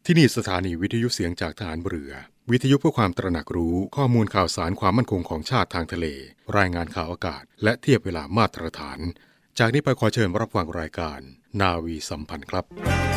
ที่นี่สถานีวิทยุเสียงจากทหารเรือวิทยุเพื่อความตระหนักรู้ข้อมูลข่าวสารความมั่นคงของชาติทางทะเลรายงานข่าวอากาศและเทียบเวลามาตรฐานจากนี้ไปขอเชิญรับฟังรายการนาวีสัมพันธ์ครับ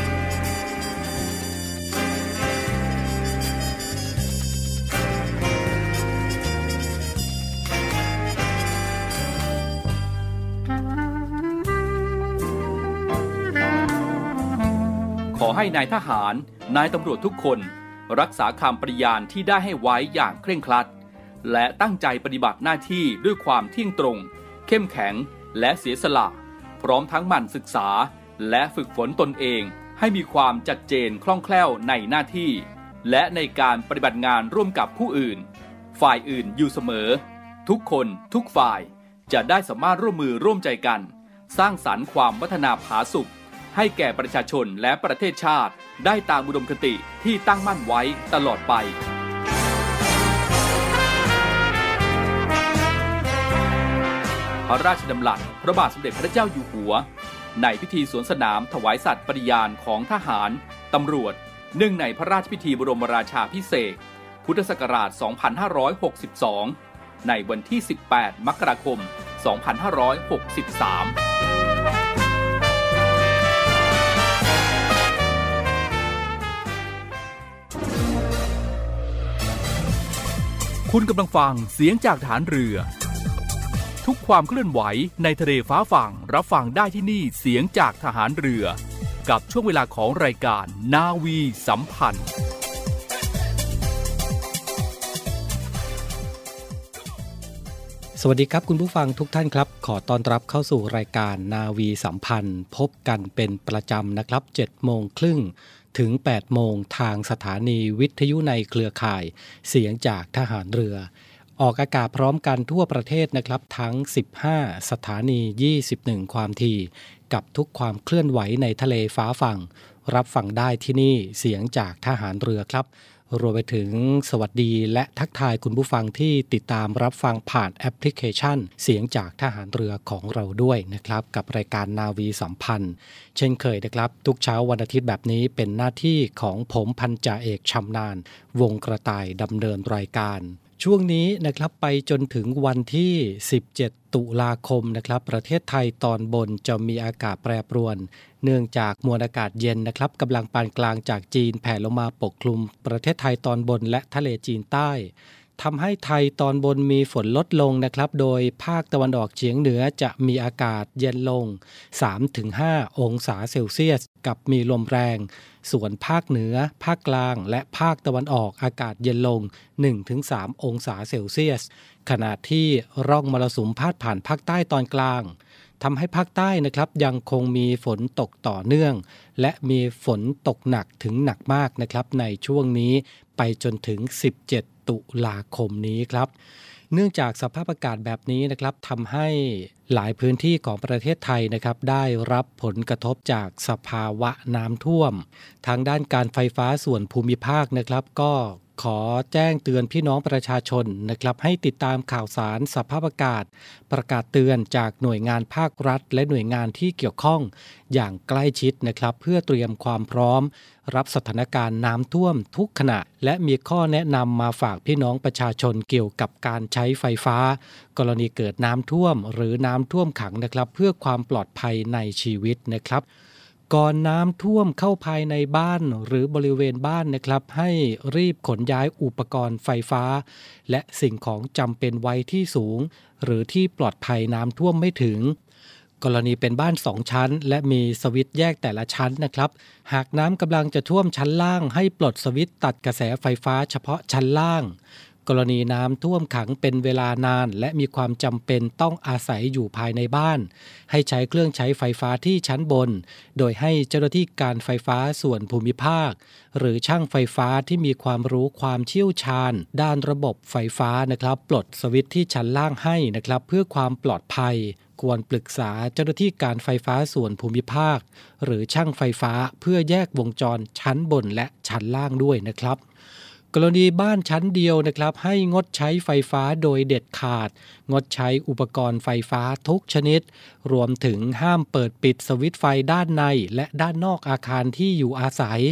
ขอให้นายทหารนายตำรวจทุกคนรักษาคำปฏิญาณที่ได้ให้ไว้อย่างเคร่งครัดและตั้งใจปฏิบัติหน้าที่ด้วยความเที่ยงตรงเข้มแข็งและเสียสละพร้อมทั้งหมั่นศึกษาและฝึกฝนตนเองให้มีความชัดเจนคล่องแคล่วในหน้าที่และในการปฏิบัติงานร่วมกับผู้อื่นฝ่ายอื่นอยู่เสมอทุกคนทุกฝ่ายจะได้สามารถร่วมมือร่วมใจกันสร้างสรรค์ความพัฒนาผาสุกให้แก่ประชาชนและประเทศชาติได้ตามอุดมคติที่ตั้งมั่นไว้ตลอดไปพระราชดำรัสพระบาทสมเด็จพระเจ้าอยู่หัวในพิธีสวนสนามถวายสัตย์ปฏิญาณของทหารตำรวจเนื่องในพระราชพิธีบรมราชาภิเษกพุทธศักราช 2562 ในวันที่ 18 มกราคม 2563คุณกำลังฟังเสียงจากฐานเรือทุกความเคลื่อนไหวในทะเลฟ้าฝั่งรับฟังได้ที่นี่เสียงจากทหารเรือกับช่วงเวลาของรายการนาวีสัมพันธ์สวัสดีครับคุณผู้ฟังทุกท่านครับขอต้อนรับเข้าสู่รายการนาวีสัมพันธ์พบกันเป็นประจำนะครับ 7:30 น.ถึง 8 โมงทางสถานีวิทยุในเครือข่ายเสียงจากทหารเรือออกอากาศพร้อมกันทั่วประเทศนะครับทั้ง15สถานี21ความถี่กับทุกความเคลื่อนไหวในทะเลฟ้าฝั่งรับฟังได้ที่นี่เสียงจากทหารเรือครับรวมไปถึงสวัสดีและทักทายคุณผู้ฟังที่ติดตามรับฟังผ่านแอปพลิเคชันเสียงจากทหารเรือของเราด้วยนะครับกับรายการนาวีสัมพันธ์เช่นเคยนะครับทุกเช้าวันอาทิตย์แบบนี้เป็นหน้าที่ของผมพันจ่าเอกชำนาญวงกระต่ายดำเนินรายการช่วงนี้นะครับไปจนถึงวันที่17ตุลาคมนะครับประเทศไทยตอนบนจะมีอากาศแปรปรวนเนื่องจากมวลอากาศเย็นนะครับกำลังปานกลางจากจีนแผ่ลงมาปกคลุมประเทศไทยตอนบนและทะเลจีนใต้ทำให้ไทยตอนบนมีฝนลดลงนะครับโดยภาคตะวันออกเฉียงเหนือจะมีอากาศเย็นลง 3-5 องศาเซลเซียสกับมีลมแรงส่วนภาคเหนือภาคกลางและภาคตะวันออกอากาศเย็นลง 1-3 องศาเซลเซียสขณะที่ร่องมรสุมพาดผ่านภาคใต้ตอนกลางทำให้ภาคใต้นะครับยังคงมีฝนตกต่อเนื่องและมีฝนตกหนักถึงหนักมากนะครับในช่วงนี้ไปจนถึง17ตุลาคมนี้ครับเนื่องจากสภาพอากาศแบบนี้นะครับทำให้หลายพื้นที่ของประเทศไทยนะครับได้รับผลกระทบจากสภาวะน้ำท่วมทางด้านการไฟฟ้าส่วนภูมิภาคนะครับก็ขอแจ้งเตือนพี่น้องประชาชนนะครับให้ติดตามข่าวสารสภาพอากาศประกาศเตือนจากหน่วยงานภาครัฐและหน่วยงานที่เกี่ยวข้องอย่างใกล้ชิดนะครับเพื่อเตรียมความพร้อมรับสถานการณ์น้ำท่วมทุกขณะและมีข้อแนะนำมาฝากพี่น้องประชาชนเกี่ยวกับการใช้ไฟฟ้ากรณีเกิดน้ำท่วมหรือน้ำท่วมขังนะครับเพื่อความปลอดภัยในชีวิตนะครับก่อนน้ำท่วมเข้าภายในบ้านหรือบริเวณบ้านนะครับให้รีบขนย้ายอุปกรณ์ไฟฟ้าและสิ่งของจำเป็นไว้ที่สูงหรือที่ปลอดภัยน้ำท่วมไม่ถึงกรณีเป็นบ้าน2ชั้นและมีสวิตช์แยกแต่ละชั้นนะครับหากน้ำกำลังจะท่วมชั้นล่างให้ปลดสวิตช์ตัดกระแสไฟฟ้าเฉพาะชั้นล่างกรณีน้ำท่วมขังเป็นเวลานานและมีความจำเป็นต้องอาศัยอยู่ภายในบ้านให้ใช้เครื่องใช้ไฟฟ้าที่ชั้นบนโดยให้เจ้าหน้าที่การไฟฟ้าส่วนภูมิภาคหรือช่างไฟฟ้าที่มีความรู้ความเชี่ยวชาญด้านระบบไฟฟ้านะครับปลดสวิตช์ที่ชั้นล่างให้นะครับเพื่อความปลอดภัยควรปรึกษาเจ้าหน้าที่การไฟฟ้าส่วนภูมิภาคหรือช่างไฟฟ้าเพื่อแยกวงจรชั้นบนและชั้นล่างด้วยนะครับกรณีบ้านชั้นเดียวนะครับให้งดใช้ไฟฟ้าโดยเด็ดขาดงดใช้อุปกรณ์ไฟฟ้าทุกชนิดรวมถึงห้ามเปิดปิดสวิตช์ไฟด้านในและด้านนอกอาคารที่อยู่อาศัย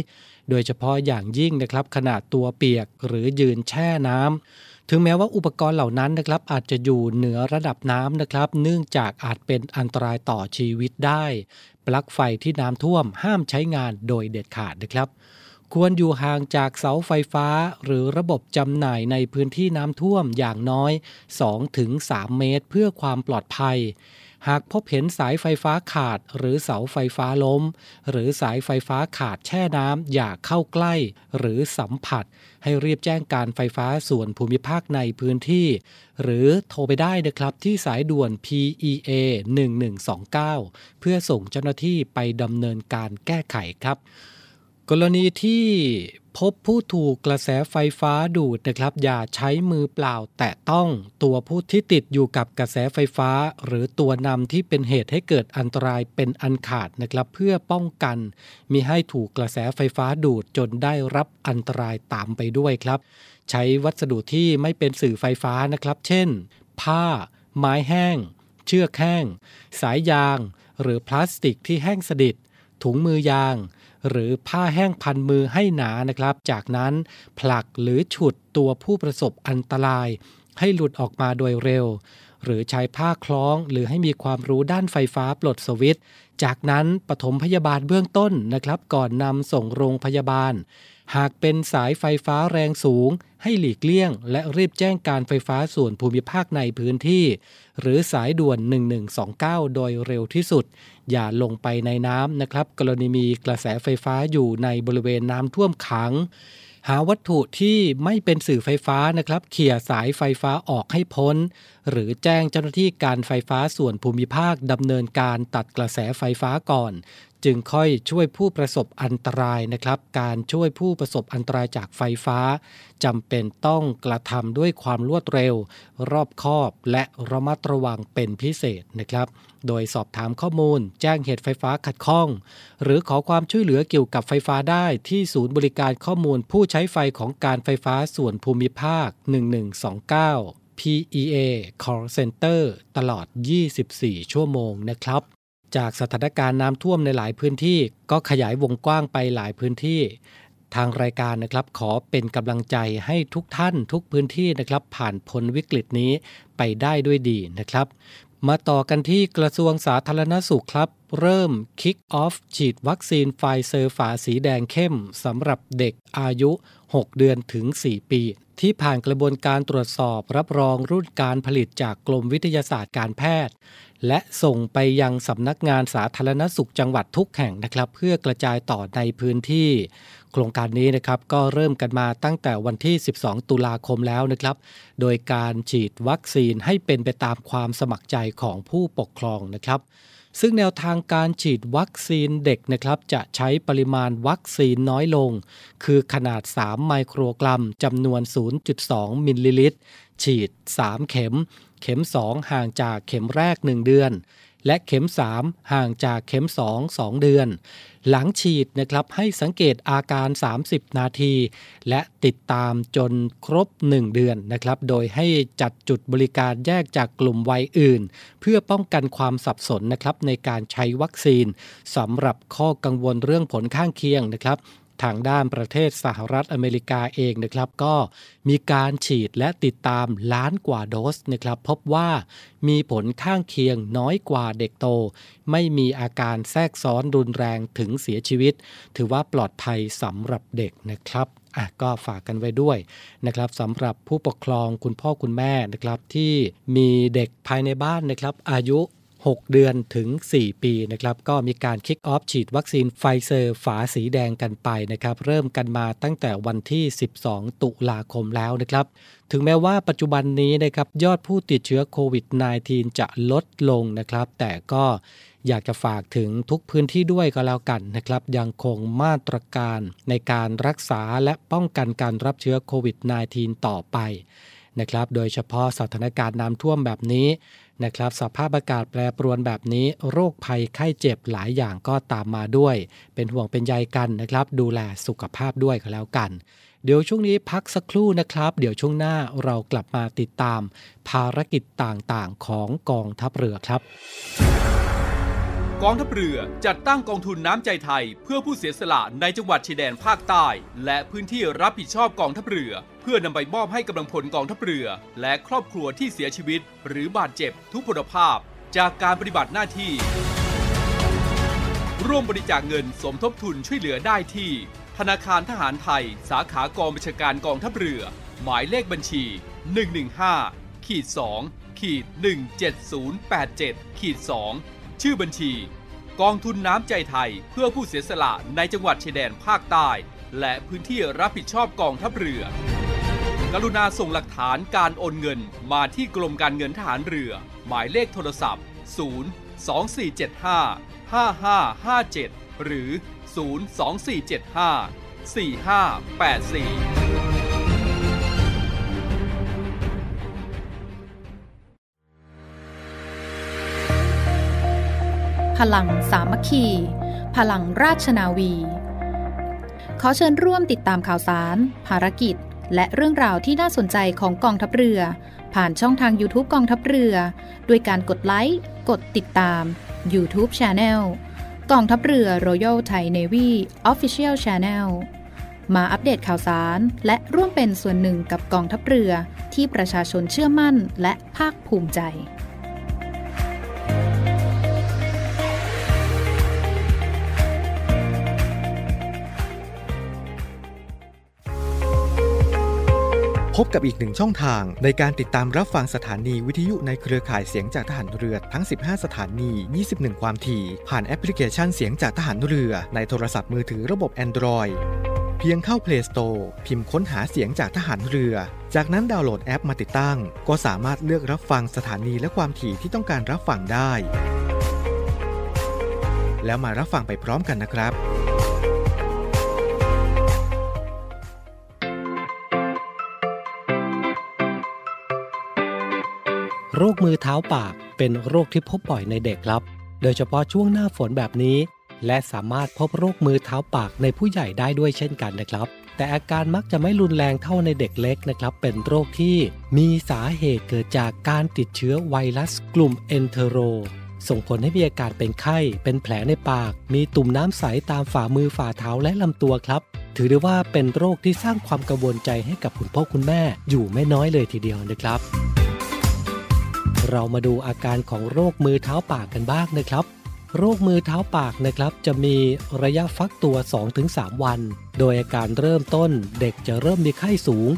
โดยเฉพาะอย่างยิ่งนะครับขณะตัวเปียกหรือยืนแช่น้ำถึงแม้ว่าอุปกรณ์เหล่านั้นนะครับอาจจะอยู่เหนือระดับน้ำนะครับเนื่องจากอาจเป็นอันตรายต่อชีวิตได้ปลั๊กไฟที่น้ำท่วมห้ามใช้งานโดยเด็ดขาดนะครับควรอยู่ห่างจากเสาไฟฟ้าหรือระบบจำหน่ายในพื้นที่น้ำท่วมอย่างน้อย 2-3 เมตรเพื่อความปลอดภัยหากพบเห็นสายไฟฟ้าขาดหรือเสาไฟฟ้าล้มหรือสายไฟฟ้าขาดแช่น้ำอย่าเข้าใกล้หรือสัมผัสให้รีบแจ้งการไฟฟ้าส่วนภูมิภาคในพื้นที่หรือโทรไปได้นะครับที่สายด่วน PEA 1129เพื่อส่งเจ้าหน้าที่ไปดำเนินการแก้ไขครับกรณีที่พบผู้ถูกกระแสไฟฟ้าดูดนะครับอย่าใช้มือเปล่าแตะต้องตัวผู้ที่ติดอยู่กับกระแสไฟฟ้าหรือตัวนำที่เป็นเหตุให้เกิดอันตรายเป็นอันขาดนะครับเพื่อป้องกันมิให้ถูกกระแสไฟฟ้าดูดจนได้รับอันตรายตามไปด้วยครับใช้วัสดุที่ไม่เป็นสื่อไฟฟ้านะครับเช่นผ้าไม้แห้งเชือกแห้งสายยางหรือพลาสติกที่แห้งสนิทถุงมือยางหรือผ้าแห้งพันมือให้หนานะครับจากนั้นผลักหรือฉุดตัวผู้ประสบอันตรายให้หลุดออกมาโดยเร็วหรือใช้ผ้าคล้องหรือให้มีความรู้ด้านไฟฟ้าปลดสวิตช์จากนั้นปฐมพยาบาลเบื้องต้นนะครับก่อนนำส่งโรงพยาบาลหากเป็นสายไฟฟ้าแรงสูงให้หลีกเลี่ยงและรีบแจ้งการไฟฟ้าส่วนภูมิภาคในพื้นที่หรือสายด่วน1129โดยเร็วที่สุดอย่าลงไปในน้ำนะครับกรณีมีกระแสไฟฟ้าอยู่ในบริเวณน้ำท่วมขังหาวัตถุที่ไม่เป็นสื่อไฟฟ้านะครับเขี่ยสายไฟฟ้าออกให้พ้นหรือแจ้งเจ้าหน้าที่การไฟฟ้าส่วนภูมิภาคดำเนินการตัดกระแสไฟฟ้าก่อนจึงค่อยช่วยผู้ประสบอันตรายนะครับการช่วยผู้ประสบอันตรายจากไฟฟ้าจำเป็นต้องกระทำด้วยความรวดเร็วรอบคอบและระมัดระวังเป็นพิเศษนะครับโดยสอบถามข้อมูลแจ้งเหตุไฟฟ้าขัดข้องหรือขอความช่วยเหลือเกี่ยวกับไฟฟ้าได้ที่ศูนย์บริการข้อมูลผู้ใช้ไฟของการไฟฟ้าส่วนภูมิภาค1129 PEA Call Center ตลอด24ชั่วโมงนะครับจากสถานการณ์น้ำท่วมในหลายพื้นที่ก็ขยายวงกว้างไปหลายพื้นที่ทางรายการนะครับขอเป็นกำลังใจให้ทุกท่านทุกพื้นที่นะครับผ่านพ้นวิกฤตนี้ไปได้ด้วยดีนะครับมาต่อกันที่กระทรวงสาธารณสุขครับเริ่ม Kick Off ฉีดวัคซีนไฟเซอร์ฝาสีแดงเข้มสำหรับเด็กอายุ6 เดือนถึง 4 ปีที่ผ่านกระบวนการตรวจสอบรับรองรุ่นการผลิตจากกรมวิทยาศาสตร์การแพทย์และส่งไปยังสำนักงานสาธารณสุขจังหวัดทุกแห่งนะครับเพื่อกระจายต่อในพื้นที่โครงการนี้นะครับก็เริ่มกันมาตั้งแต่วันที่12ตุลาคมแล้วนะครับโดยการฉีดวัคซีนให้เป็นไปตามความสมัครใจของผู้ปกครองนะครับซึ่งแนวทางการฉีดวัคซีนเด็กนะครับจะใช้ปริมาณวัคซีนน้อยลงคือขนาด3ไมโครกรัมจำนวน 0.2 มิลลิลิตรฉีด3เข็มเข็ม2ห่างจากเข็มแรก1เดือนและเข็ม3ห่างจากเข็ม2 2เดือนหลังฉีดนะครับให้สังเกตอาการ30นาทีและติดตามจนครบ1เดือนนะครับโดยให้จัดจุดบริการแยกจากกลุ่มวัยอื่นเพื่อป้องกันความสับสนนะครับในการใช้วัคซีนสำหรับข้อกังวลเรื่องผลข้างเคียงนะครับทางด้านประเทศสหรัฐอเมริกาเองนะครับก็มีการฉีดและติดตามล้านกว่าโดสนะครับพบว่ามีผลข้างเคียงน้อยกว่าเด็กโตไม่มีอาการแทรกซ้อนรุนแรงถึงเสียชีวิตถือว่าปลอดภัยสำหรับเด็กนะครับก็ฝากกันไว้ด้วยนะครับสำหรับผู้ปกครองคุณพ่อคุณแม่นะครับที่มีเด็กภายในบ้านนะครับอายุ6 เดือนถึง 4 ปีนะครับก็มีการคิกออฟฉีดวัคซีนไฟเซอร์ฝาสีแดงกันไปนะครับเริ่มกันมาตั้งแต่วันที่12ตุลาคมแล้วนะครับถึงแม้ว่าปัจจุบันนี้นะครับยอดผู้ติดเชื้อโควิด -19 จะลดลงนะครับแต่ก็อยากจะฝากถึงทุกพื้นที่ด้วยก็แล้วกันนะครับยังคงมาตรการในการรักษาและป้องกันการรับเชื้อโควิด -19 ต่อไปนะครับโดยเฉพาะสถานการณ์น้ำท่วมแบบนี้นะครับสภาพอากาศแปรปรวนแบบนี้โรคภัยไข้เจ็บหลายอย่างก็ตามมาด้วยเป็นห่วงเป็นใยกันนะครับดูแลสุขภาพด้วยก็แล้วกันเดี๋ยวช่วงนี้พักสักครู่นะครับเดี๋ยวช่วงหน้าเรากลับมาติดตามภารกิจต่างๆของกองทัพเรือครับกองทัพเรือจัดตั้งกองทุนน้ำใจไทยเพื่อผู้เสียสละในจังหวัดชายแดนภาคใต้และพื้นที่รับผิดชอบกองทัพเรือเพื่อนำไปมอบให้กำลังพลกองทัพเรือและครอบครัวที่เสียชีวิตหรือบาดเจ็บทุพพลภาพจากการปฏิบัติหน้าที่ร่วมบริจาคเงินสมทบทุนช่วยเหลือได้ที่ธนาคารทหารไทยสาขากองบัญชาการกองทัพเรือหมายเลขบัญชี 115-2-17087-2ชื่อบัญชีกองทุนน้ำใจไทยเพื่อผู้เสียสละในจังหวัดชายแดนภาคใต้และพื้นที่รับผิดชอบกองทัพเรือกรุณาส่งหลักฐานการโอนเงินมาที่กรมการเงินทหารเรือหมายเลขโทรศัพท์024755557หรือ024754584 พลังสามัคคีพลังราชนาวีขอเชิญร่วมติดตามข่าวสารภารกิจและเรื่องราวที่น่าสนใจของกองทัพเรือผ่านช่องทาง YouTube กองทัพเรือด้วยการกดไลค์กดติดตาม YouTube Channel กองทัพเรือ Royal Thai Navy Official Channel มาอัปเดตข่าวสารและร่วมเป็นส่วนหนึ่งกับกองทัพเรือที่ประชาชนเชื่อมั่นและภาคภูมิใจพบกับอีกหนึ่งช่องทางในการติดตามรับฟังสถานีวิทยุในเครือข่ายเสียงจากทหารเรือทั้ง15สถานี 21 ความถี่ผ่านแอปพลิเคชันเสียงจากทหารเรือในโทรศัพท์มือถือระบบ Android เพียงเข้า Play Store พิมพ์ค้นหาเสียงจากทหารเรือจากนั้นดาวน์โหลดแอปมาติดตั้งก็สามารถเลือกรับฟังสถานีและความถี่ที่ต้องการรับฟังได้แล้วมารับฟังไปพร้อมกันนะครับโรคมือเท้าปากเป็นโรคที่พบบ่อยในเด็กครับโดยเฉพาะช่วงหน้าฝนแบบนี้และสามารถพบโรคมือเท้าปากในผู้ใหญ่ได้ด้วยเช่นกันนะครับแต่อาการมักจะไม่รุนแรงเท่าในเด็กเล็กนะครับเป็นโรคที่มีสาเหตุเกิดจากการติดเชื้อไวรัสกลุ่มเอนเทโรส่งผลให้มีอาการเป็นไข้เป็นแผลในปากมีตุ่มน้ำใสตามฝ่ามือฝ่าเท้าและลำตัวครับถือได้ว่าเป็นโรคที่สร้างความกังวลใจให้กับคุณพ่อคุณแม่อยู่ไม่น้อยเลยทีเดียวนะครับเรามาดูอาการของโรคมือเท้าปากกันบ้างนะครับโรคมือเท้าปากนะครับจะมีระยะฟักตัว 2-3 วันโดยอาการเริ่มต้นเด็กจะเริ่มมีไข้สูง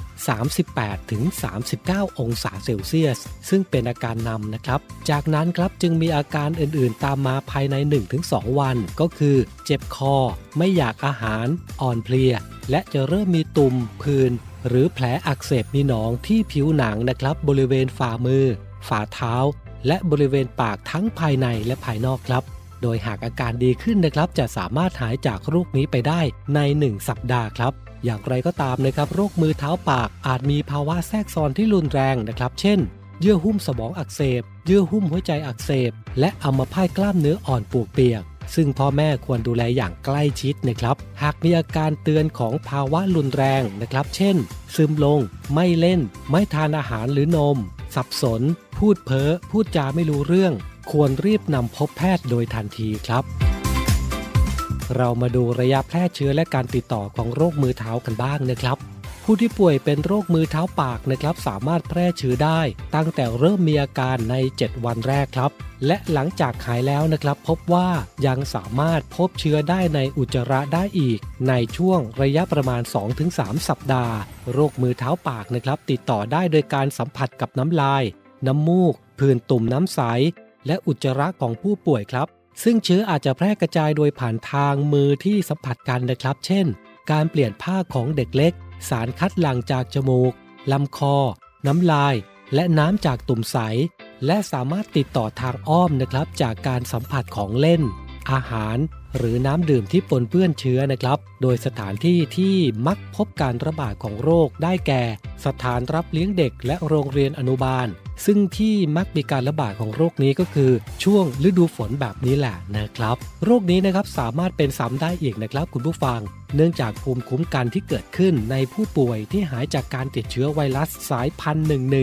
38-39 องศาเซลเซียสซึ่งเป็นอาการนำนะครับจากนั้นครับจึงมีอาการอื่นๆตามมาภายใน 1-2 วันก็คือเจ็บคอไม่อยากอาหารอ่อนเพลียและจะเริ่มมีตุ่มผื่นหรือแผลอักเสบมีหนองที่ผิวหนังนะครับบริเวณฝ่ามือฝ่าเท้าและบริเวณปากทั้งภายในและภายนอกครับโดยหากอาการดีขึ้นนะครับจะสามารถหายจากโรคนี้ไปได้ใน1สัปดาห์ครับอย่างไรก็ตามนะครับโรคมือเท้าปากอาจมีภาวะแทรกซ้อนที่รุนแรงนะครับเช่นเยื่อหุ้มสมองอักเสบเยื่อหุ้มหัวใจอักเสบและอัมพาตกล้ามเนื้ออ่อนปวกเปียกซึ่งพ่อแม่ควรดูแลอย่างใกล้ชิดนะครับหากมีอาการเตือนของภาวะรุนแรงนะครับเช่นซึมลงไม่เล่นไม่ทานอาหารหรือนมสับสนพูดเพ้อพูดจาไม่รู้เรื่องควรรีบนำพบแพทย์โดยทันทีครับเรามาดูระยะแพร่เชื้อและการติดต่อของโรคมือเท้ากันบ้างนะครับผู้ที่ป่วยเป็นโรคมือเท้าปากนะครับสามารถแพร่เชื้อได้ตั้งแต่เริ่มมีอาการใน7วันแรกครับและหลังจากหายแล้วนะครับพบว่ายังสามารถพบเชื้อได้ในอุจจาระได้อีกในช่วงระยะประมาณ 2-3 สัปดาห์โรคมือเท้าปากนะครับติดต่อได้โดยการสัมผัสกับน้ำลายน้ำมูกผื่นตุ่มน้ำใสและอุจจาระของผู้ป่วยครับซึ่งเชื้ออาจจะแพร่กระจายโดยผ่านทางมือที่สัมผัสกันนะครับเช่นการเปลี่ยนผ้าของเด็กเล็กสารคัดหลั่งจากจมูกลำคอน้ำลายและน้ำจากตุ่มใสและสามารถติดต่อทางอ้อมนะครับจากการสัมผัสของเล่นอาหารหรือน้ำดื่มที่ปนเปื้อนเชื้อนะครับโดยสถานที่ที่มักพบการระบาดของโรคได้แก่สถานรับเลี้ยงเด็กและโรงเรียนอนุบาลซึ่งที่มักมีการระบาดของโรคนี้ก็คือช่วงฤดูฝนแบบนี้แหละนะครับโรคนี้นะครับสามารถเป็นซ้ำได้อีกนะครับคุณผู้ฟังเนื่องจากภูมิคุ้มกันที่เกิดขึ้นในผู้ป่วยที่หายจากการติดเชื้อไวรัสสายพันธุ์ 11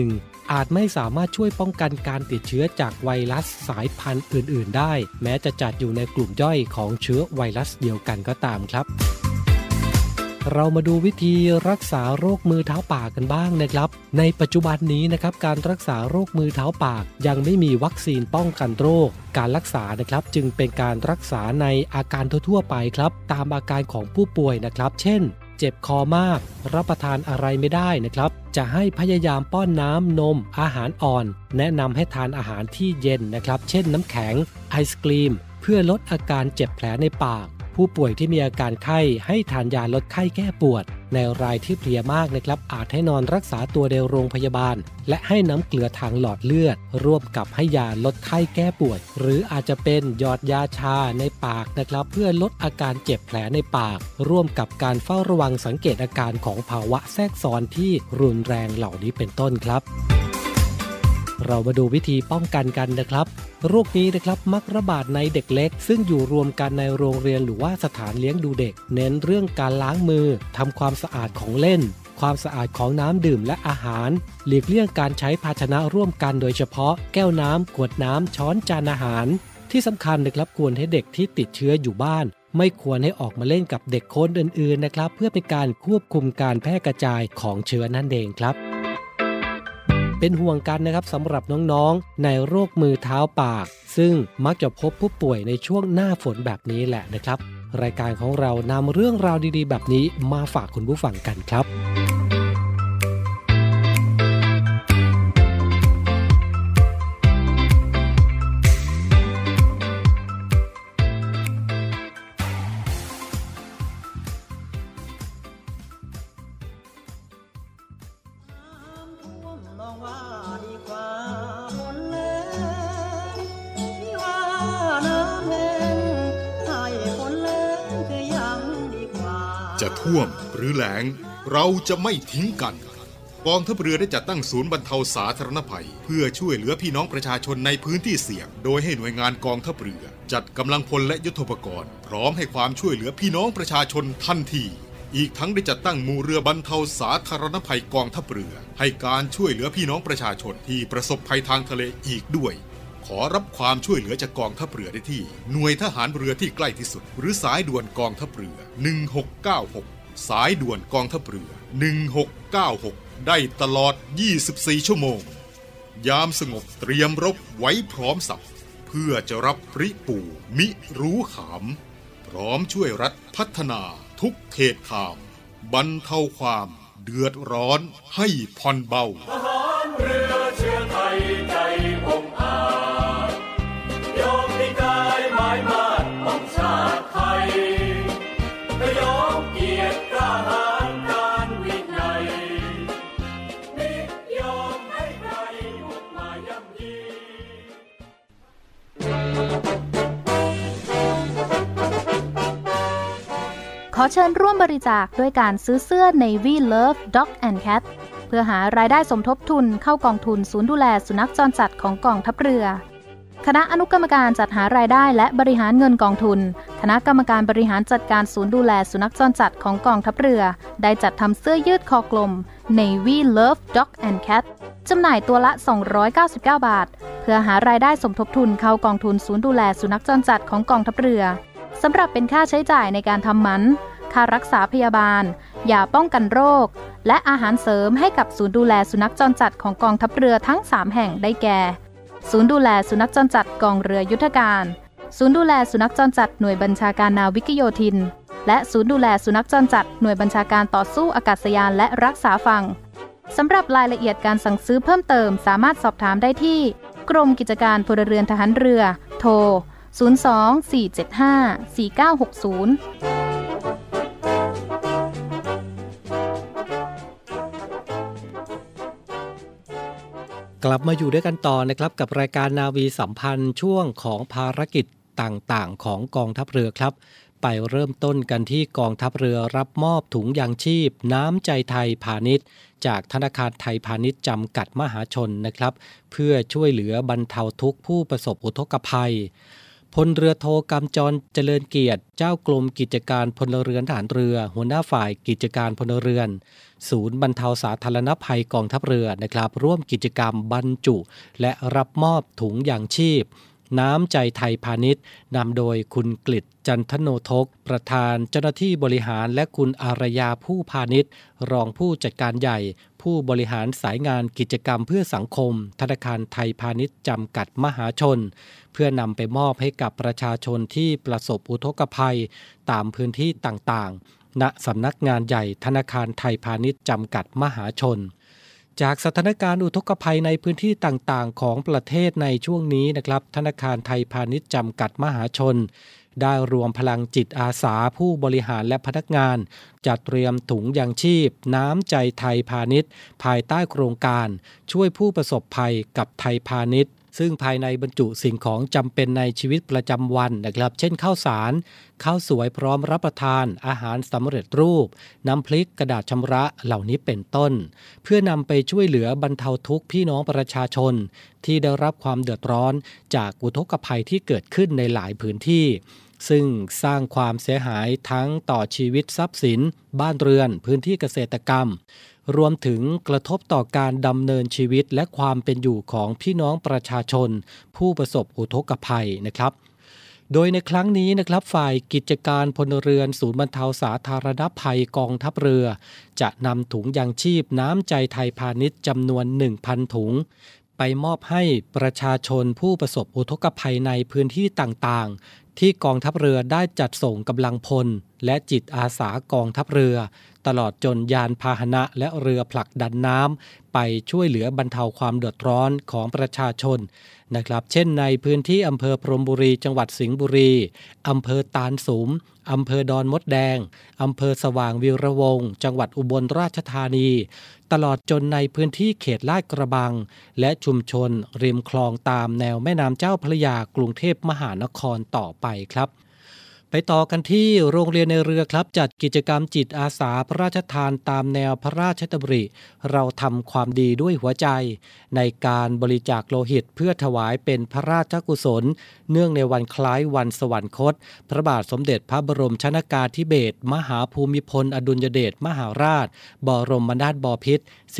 อาจไม่สามารถช่วยป้องกันการติดเชื้อจากไวรัสสายพันธุ์อื่นๆได้แม้จะจัดอยู่ในกลุ่มย่อยของเชื้อไวรัสเดียวกันก็ตามครับเรามาดูวิธีรักษาโรคมือเท้าปากกันบ้างนะครับในปัจจุบันนี้นะครับการรักษาโรคมือเท้าปากยังไม่มีวัคซีนป้องกันโรคการรักษานะครับจึงเป็นการรักษาในอาการทั่วๆไปครับตามอาการของผู้ป่วยนะครับเช่นเจ็บคอมากรับประทานอะไรไม่ได้นะครับจะให้พยายามป้อนน้ำนมอาหารอ่อนแนะนำให้ทานอาหารที่เย็นนะครับเช่นน้ำแข็งไอศกรีมเพื่อลดอาการเจ็บแผลในปากผู้ป่วยที่มีอาการไข้ให้ทานยาลดไข้แก้ปวดในรายที่เพลียมากนะครับอาจให้นอนรักษาตัวในโรงพยาบาลและให้น้ำเกลือทางหลอดเลือดร่วมกับให้ยาลดไข้แก้ปวดหรืออาจจะเป็นหยอดยาชาในปากนะครับเพื่อลดอาการเจ็บแผลในปากร่วมกับการเฝ้าระวังสังเกตอาการของภาวะแทรกซ้อนที่รุนแรงเหล่านี้เป็นต้นครับเรามาดูวิธีป้องกันกันนะครับโรคนี้นะครับมักระบาดในเด็กเล็กซึ่งอยู่รวมกันในโรงเรียนหรือว่าสถานเลี้ยงดูเด็กเน้นเรื่องการล้างมือทำความสะอาดของเล่นความสะอาดของน้ำดื่มและอาหารหลีกเลี่ยงการใช้ภาชนะร่วมกันโดยเฉพาะแก้วน้ำขวดน้ำช้อนจานอาหารที่สำคัญนะครับควรให้เด็กที่ติดเชื้ออยู่บ้านไม่ควรให้ออกมาเล่นกับเด็กคนอื่นๆนะครับเพื่อเป็นการควบคุมการแพร่กระจายของเชื้อนั่นเองครับเป็นห่วงกันนะครับสำหรับน้องๆในโรคมือเท้าปากซึ่งมักจะพบผู้ป่วยในช่วงหน้าฝนแบบนี้แหละนะครับรายการของเรานำเรื่องราวดีๆแบบนี้มาฝากคุณผู้ฟังกันครับจะท่วมหรือแล้งเราจะไม่ทิ้งกันกองทัพเรือได้จัดตั้งศูนย์บรรเทาสาธารณภัยเพื่อช่วยเหลือพี่น้องประชาชนในพื้นที่เสี่ยงโดยให้หน่วยงานกองทัพเรือจัดกำลังพลและยุทโธปกรณ์พร้อมให้ความช่วยเหลือพี่น้องประชาชนทันทีอีกทั้งได้จัดตั้งหมู่เรือบรรเทาสาธารณภัยกองทัพเรือให้การช่วยเหลือพี่น้องประชาชนที่ประสบภัยทางทะเลอีกด้วยขอรับความช่วยเหลือจากกองทัพเรือได้ที่หน่วยทหารเรือที่ใกล้ที่สุดหรือสายด่วนกองทัพเรือ1696สายด่วนกองทัพเรือ1696ได้ตลอด24ชั่วโมงยามสงบเตรียมรบไว้พร้อมสับเพื่อจะรับปริปู่มิรู้ขามพร้อมช่วยรัฐพัฒนาทุกเขตข่ามบรรเทาความเดือดร้อนให้ผ่อนเบาทหารเรือเชื้อไทยใจองอาจยอมให้กายหมายมาดของชาติไทยยอมเกียรติกล้าหาญการวินัยมิยอมให้ใครบุกมาย่ำยีขอเชิญร่วมบริจาคด้วยการซื้อเสื้อ Navy Love Dog and Cat เพื่อหารายได้สมทบทุนเข้ากองทุนศูนย์ดูแลสุนัขจรจัดของกองทัพเรือคณะอนุกรรมการจัดหารายได้และบริหารเงินกองทุนคณะกรรมการบริหารจัดการศูนย์ดูแลสุนัขจรจัดของกองทัพเรือได้จัดทำเสื้อยืดคอกลม Navy Love Dog and Cat จำหน่ายตัวละ299 บาทเพื่อหารายได้สมทบทุนเข้ากองทุนศูนย์ดูแลสุนัขจรจัดของกองทัพเรือสำหรับเป็นค่าใช้จ่ายในการทำหมันค่ารักษาพยาบาลยาป้องกันโรคและอาหารเสริมให้กับศูนย์ดูแลสุนัขจรจัดของกองทัพเรือทั้ง3แห่งได้แก่ศูนย์ดูแลสุนัขจรจัดกองเรือยุทธการศูนย์ดูแลสุนัขจรจัดหน่วยบัญชาการนาวิกโยธินและศูนย์ดูแลสุนัขจรจัดหน่วยบัญชาการต่อสู้อากาศยานและรักษาฝั่งสำหรับรายละเอียดการสั่งซื้อเพิ่มเติมสามารถสอบถามได้ที่กรมกิจการพลเรือนทหารเรือโทร024754960 กลับมาอยู่ด้วยกันต่อนะครับกับรายการนาวีสัมพันธ์ช่วงของภารกิจต่างๆของกองทัพเรือครับไปเริ่มต้นกันที่กองทัพเรือรับมอบถุงยางชีพน้ำใจไทยพาณิชย์จากธนาคารไทยพาณิชย์จำกัดมหาชนนะครับเพื่อช่วยเหลือบรรเทาทุกข์ผู้ประสบอุทกภัยพลเรือโทกำจรเจริญเกียรติเจ้ากรมกิจการพลเรือนทหารเรือหัวหน้าฝ่ายกิจการพลเรือนศูนย์บรรเทาสาธารณภัยกองทัพเรือนะครับร่วมกิจกรรมบรรจุและรับมอบถุงยางชีพน้ำใจไทยพาณิชย์นำโดยคุณกฤษจันทโนทกประธานเจ้าหน้าที่บริหารและคุณอารยาผู้พาณิชย์รองผู้จัดการใหญ่ผู้บริหารสายงานกิจกรรมเพื่อสังคมธนาคารไทยพาณิชย์จำกัดมหาชนเพื่อนำไปมอบให้กับประชาชนที่ประสบอุทกภัยตามพื้นที่ต่างๆณสำนักงานใหญ่ธนาคารไทยพาณิชย์จำกัดมหาชนจากสถานการณ์อุทกภัยในพื้นที่ต่างๆของประเทศในช่วงนี้นะครับธนาคารไทยพาณิชย์จำกัดมหาชนได้รวมพลังจิตอาสาผู้บริหารและพนักงานจัดเตรียมถุงยางชีพน้ำใจไทยพาณิชย์ภายใต้โครงการช่วยผู้ประสบภัยกับไทยพาณิชย์ซึ่งภายในบรรจุสิ่งของจำเป็นในชีวิตประจำวันนะครับเช่นข้าวสารข้าวสวยพร้อมรับประทานอาหารสำเร็จรูปน้ำพริกกระดาษชำระเหล่านี้เป็นต้นเพื่อนำไปช่วยเหลือบรรเทาทุกข์พี่น้องประชาชนที่ได้รับความเดือดร้อนจากอุทกภัยที่เกิดขึ้นในหลายพื้นที่ซึ่งสร้างความเสียหายทั้งต่อชีวิตทรัพย์สินบ้านเรือนพื้นที่เกษตรกรรมรวมถึงกระทบต่อการดำเนินชีวิตและความเป็นอยู่ของพี่น้องประชาชนผู้ประสบอุทกภัยนะครับโดยในครั้งนี้นะครับฝ่ายกิจการพลเรือนศูนย์บรรเทาสาธารณภัยกองทัพเรือจะนำถุงยางชีพน้ำใจไทยพาณิชย์จำนวน 1,000 ถุงไปมอบให้ประชาชนผู้ประสบอุทกภัยในพื้นที่ต่างๆที่กองทัพเรือได้จัดส่งกำลังพลและจิตอาสากองทัพเรือตลอดจนยานพาหนะและเรือผลักดันน้ำไปช่วยเหลือบรรเทาความเดือดร้อนของประชาชนนะครับเช่นในพื้นที่อำเภอพรหมบุรีจังหวัดสิงห์บุรีอำเภอตาลสูงอำเภอดอนมดแดงอำเภอสว่างวีระวงศ์จังหวัดอุบลราชธานีตลอดจนในพื้นที่เขตลาดกระบังและชุมชนริมคลองตามแนวแม่น้ำเจ้าพระยากรุงเทพมหานครต่อไปครับไปต่อกันที่โรงเรียนในเรือครับจัดกิจกรรมจิตอาสาพระราชทานตามแนวพระราชดำริเราทำความดีด้วยหัวใจในการบริจาคโลหิตเพื่อถวายเป็นพระราชกุศลเนื่องในวันคล้ายวันสวรรคตพระบาทสมเด็จพระบรมชนกาธิเบศรมหาภูมิพลอดุลยเดชมหาราชบรมนาถบพิตร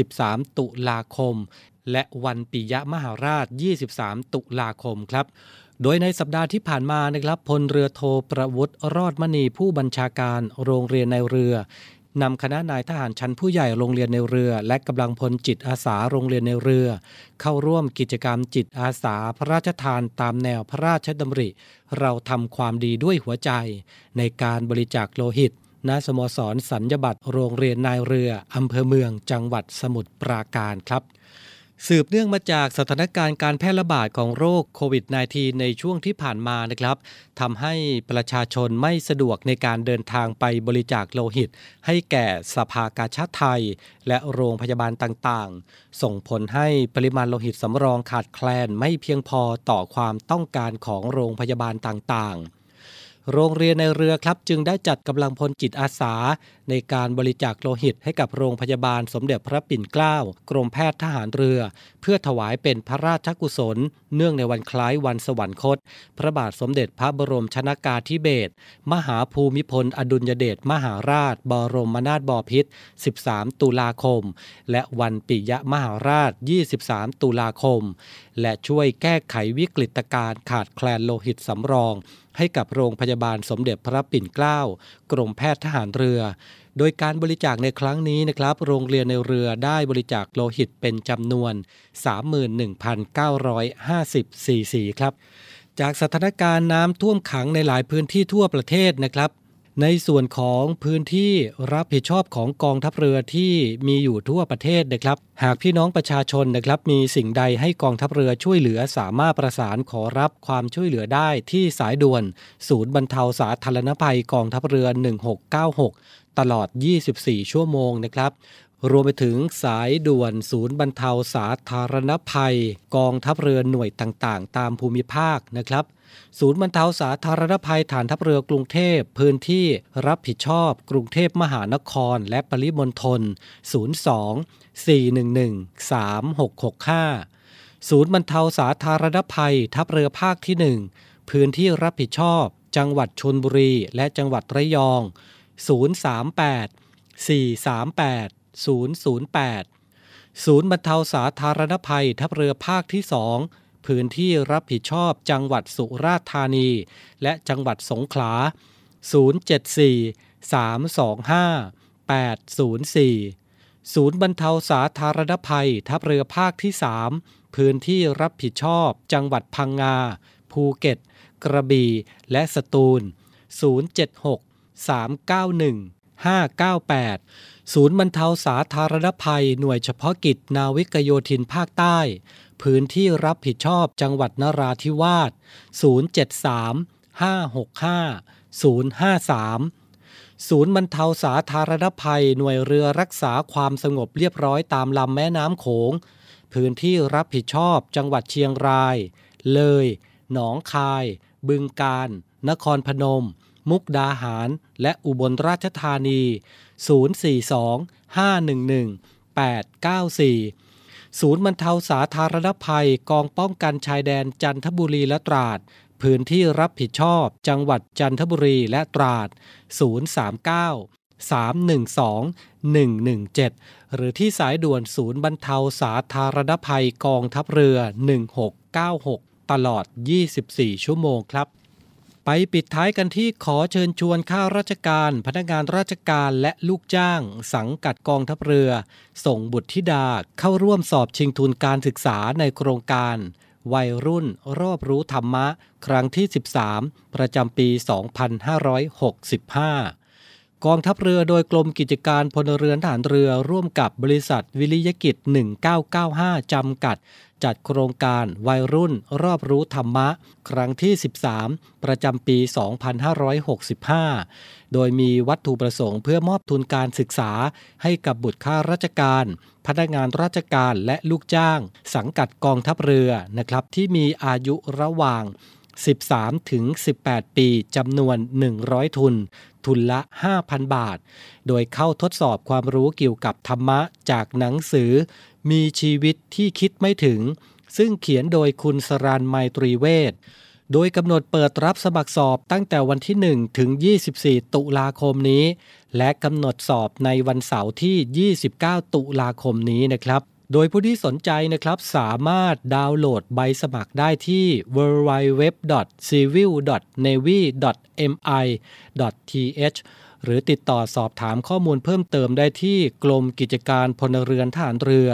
13 ตุลาคมและวันปิยมหาราช23 ตุลาคมครับโดยในสัปดาห์ที่ผ่านมานะครับพลเรือโทประวุฒิรอดมณีผู้บัญชาการโรงเรียนในเรือนำคณะนายทหารชั้นผู้ใหญ่โรงเรียนในเรือและกำลังพลจิตอาสาโรงเรียนในเรือเข้าร่วมกิจกรรมจิตอาสาพระราชทานตามแนวพระราชดำริเราทำความดีด้วยหัวใจในการบริจาคโลหิตณสโมสรสัญญบัตรโรงเรียนนายเรืออำเภอเมืองจังหวัดสมุทรปราการครับสืบเนื่องมาจากสถานการณ์การแพร่ระบาดของโรคโควิด -19 ในช่วงที่ผ่านมานะครับทำให้ประชาชนไม่สะดวกในการเดินทางไปบริจาคโลหิตให้แก่สภากาชาดไทยและโรงพยาบาลต่างๆส่งผลให้ปริมาณโลหิตสำรองขาดแคลนไม่เพียงพอต่อความต้องการของโรงพยาบาลต่างๆโรงเรียนในเรือครับจึงได้จัดกำลังพลจิตอาสาในการบริจาคโลหิตให้กับโรงพยาบาลสมเด็จพระปิ่นเกล้ากรมแพทย์ทหารเรือเพื่อถวายเป็นพระราชกุศลเนื่องในวันคล้ายวันสวรรคตพระบาทสมเด็จพระบรมชนกาธิเบศรมหาภูมิพลอดุลยเดชมหาราชบรมนาถบพิตร13 ตุลาคมและวันปิยมหาราช23 ตุลาคมและช่วยแก้ไขวิกฤตการณ์ขาดแคลนโลหิตสำรองให้กับโรงพยาบาลสมเด็จพระปิ่นเกล้ากรมแพทย์ทหารเรือโดยการบริจาคในครั้งนี้นะครับโรงเรียนในเรือได้บริจาคโลหิตเป็นจำนวน 31,950 ซีซีครับจากสถานการณ์น้ำท่วมขังในหลายพื้นที่ทั่วประเทศนะครับในส่วนของพื้นที่รับผิดชอบของกองทัพเรือที่มีอยู่ทั่วประเทศนะครับหากพี่น้องประชาชนนะครับมีสิ่งใดให้กองทัพเรือช่วยเหลือสามารถประสานขอรับความช่วยเหลือได้ที่สายด่วนศูนย์บรรเทาสาธารณภัยกองทัพเรือ1696ตลอด24ชั่วโมงนะครับรวมไปถึงสายด่วนศูนย์บรรเทาสาธารณภัยกองทัพเรือหน่วยต่างๆตามภูมิภาคนะครับศูนย์บรรเทาสาธารณภัยฐานทัพเรือกรุงเทพพื้นที่รับผิดชอบกรุงเทพมหานครและปริมณฑล02 411 3665ศูนย์บรรเทาสาธารณภัยทัพเรือภาคที่พื้นที่รับผิดชอบจังหวัดชลบุรีและจังหวัดระยอง038 438 008ศูนย์บรรเทาสาธารณภัยทัพเรือภาคที่2พื้นที่รับผิดชอบจังหวัดสุราษฎร์ธานีและจังหวัดสงขลา074 325 804ศูนย์บรรเทาสาธารณภัยทัพเรือภาคที่3พื้นที่รับผิดชอบจังหวัดพังงาภูเก็ตกระบี่และสตูล076 391 598ศูนย์บรรเทาสาธารณภัยหน่วยเฉพาะกิจนาวิกโยธินภาคใต้พื้นที่รับผิดชอบจังหวัดนราธิวาส073 565 053ศูนย์บรรเทาสาธารณภัยหน่วยเรือรักษาความสงบเรียบร้อยตามลำแม่น้ำโขงพื้นที่รับผิดชอบจังหวัดเชียงรายเลยหนองคายบึงกาฬนครพนมมุกดาหารและอุบลราชธานี042 511 894ศูนย์บรรเทาสาธารณภัยกองป้องกันชายแดนจันทบุรีและตราดพื้นที่รับผิดชอบจังหวัดจันทบุรีและตราด039 312 117หรือที่สายด่วนศูนย์บรรเทาสาธารณภัยกองทัพเรือ1696ตลอด24ชั่วโมงครับไปปิดท้ายกันที่ขอเชิญชวนข้าราชการพนักงานราชการและลูกจ้างสังกัดกองทัพเรือส่งบุตรธิดาเข้าร่วมสอบชิงทุนการศึกษาในโครงการวัยรุ่นรอบรู้ธรรมะครั้งที่13ประจำปี 2565 กองทัพเรือโดยกรมกิจการพลเรือนทหารเรือร่วมกับบริษัทวิริยกิจ1995จำกัดจัดโครงการวัยรุ่นรอบรู้ธรรมะครั้งที่13ประจำปี 2565 โดยมีวัตถุประสงค์เพื่อมอบทุนการศึกษาให้กับบุตรข้าราชการพนักงานราชการและลูกจ้างสังกัดกองทัพเรือนะครับที่มีอายุระหว่าง13 ถึง 18 ปีจำนวน100ทุนละ 5,000 บาทโดยเข้าทดสอบความรู้เกี่ยวกับธรรมะจากหนังสือมีชีวิตที่คิดไม่ถึงซึ่งเขียนโดยคุณสรานไมตรีเวชโดยกำหนดเปิดรับสมัครสอบตั้งแต่วันที่1ถึง24ตุลาคมนี้และกำหนดสอบในวันเสาร์ที่29ตุลาคมนี้นะครับโดยผู้ที่สนใจนะครับสามารถดาวน์โหลดใบสมัครได้ที่ www.civil.navy.mi.th หรือติดต่อสอบถามข้อมูลเพิ่มเติมได้ที่กรมกิจการพลเรือนทหารเรือ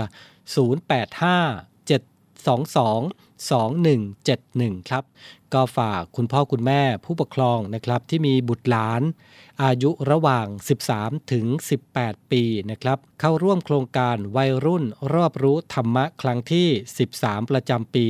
085-722-2171ครับก็ฝากคุณพ่อคุณแม่ผู้ปกครองนะครับที่มีบุตรหลานอายุระหว่าง13ถึง18ปีนะครับเข้าร่วมโครงการวัยรุ่นรอบรู้ธรรมะครั้งที่13ประจำปี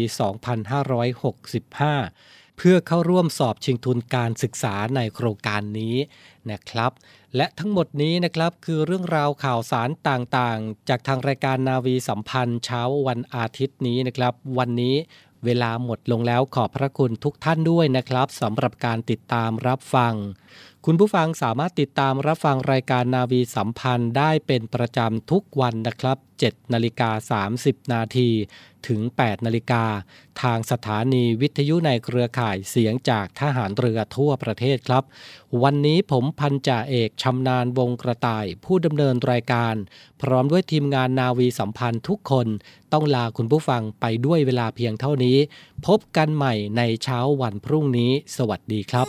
2565 เพื่อเข้าร่วมสอบชิงทุนการศึกษาในโครงการนี้นะครับและทั้งหมดนี้นะครับคือเรื่องราวข่าวสารต่างๆจากทางรายการนาวีสัมพันธ์เช้าวันอาทิตย์นี้นะครับวันนี้เวลาหมดลงแล้วขอบพระคุณทุกท่านด้วยนะครับสำหรับการติดตามรับฟังคุณผู้ฟังสามารถติดตามรับฟังรายการนาวีสัมพันธ์ได้เป็นประจำทุกวันนะครับ 7:30 นาทีถึง 8 นาฬิกาทางสถานีวิทยุในเครือข่ายเสียงจากทหารเรือทั่วประเทศครับวันนี้ผมพันจ่าเอกชำนาญวงกระต่ายผู้ดำเนินรายการพร้อมด้วยทีมงานนาวีสัมพันธ์ทุกคนต้องลาคุณผู้ฟังไปด้วยเวลาเพียงเท่านี้พบกันใหม่ในเช้าวันพรุ่งนี้สวัสดีครับ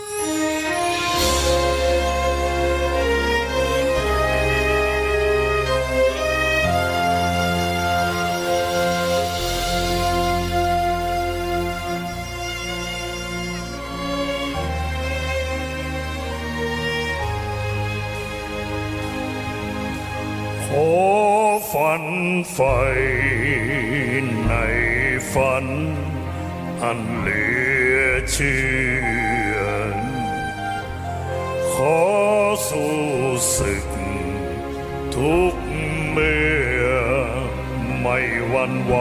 ขอฝันใฝ่ในฝันอันเหลือเชื่อขอสู้ศึกทุกเมื่อไม่หวั่นไหว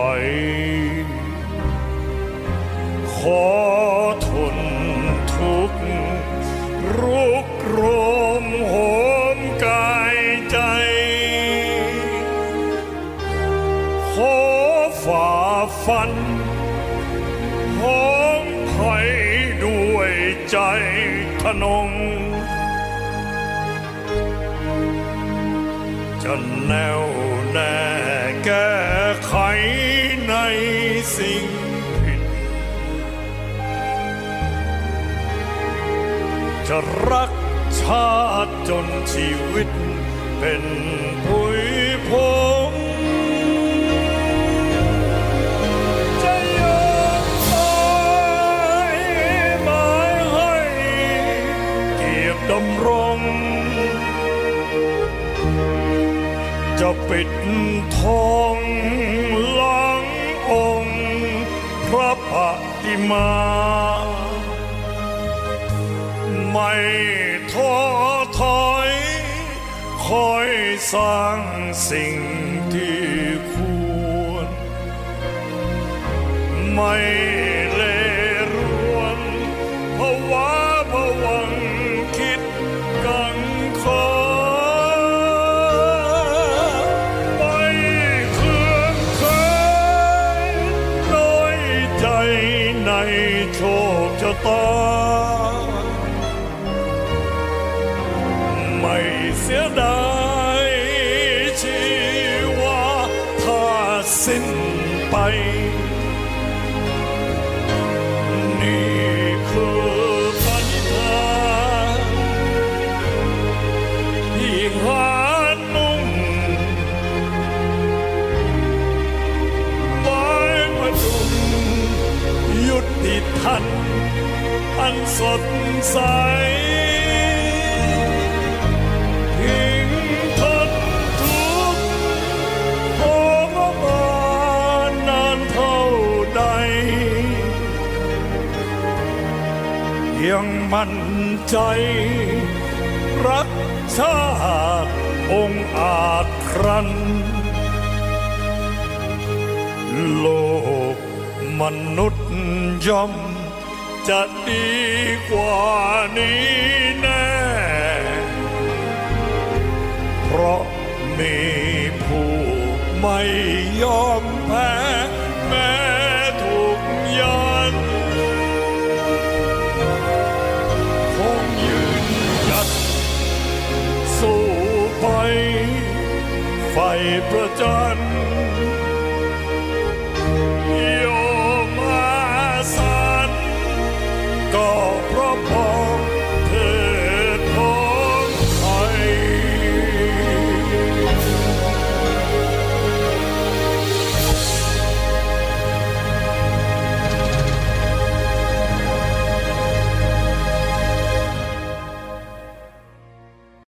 ขอทนทุกรุกโรมโหมกายใจขอฝ่าฟันพ้องไผ่ดวใจทะนงจะแน่วแน่แก้ไขในสิ่งผิดจะรักชาติจนชีวิตเป็นผุยพงจะยอมตายหมายให้เกียรติดำรงจะปิดทองหลังองค์พระปฏิมาไม่ท้อถอยคอยสร้างสิ่งที่ควรไม่เลรวนภาวะผวังคิดกังขาไม่เคลื่อนเคยน้อยใจในโชคชะตาไม่เสียดายชีวาถ้าสิ้นไปนี่คือปณิธานที่หานุ่งไม้ประดุมยุติทันอันสดใสยังมั่นใจรักชาติองค์อาจครันโลกมนุษย์ย่อมจะดีกว่านี้แน่เพราะมีผู้ไม่ยอมแพ้แม้ถูกยันสู้ไปไฟประจัน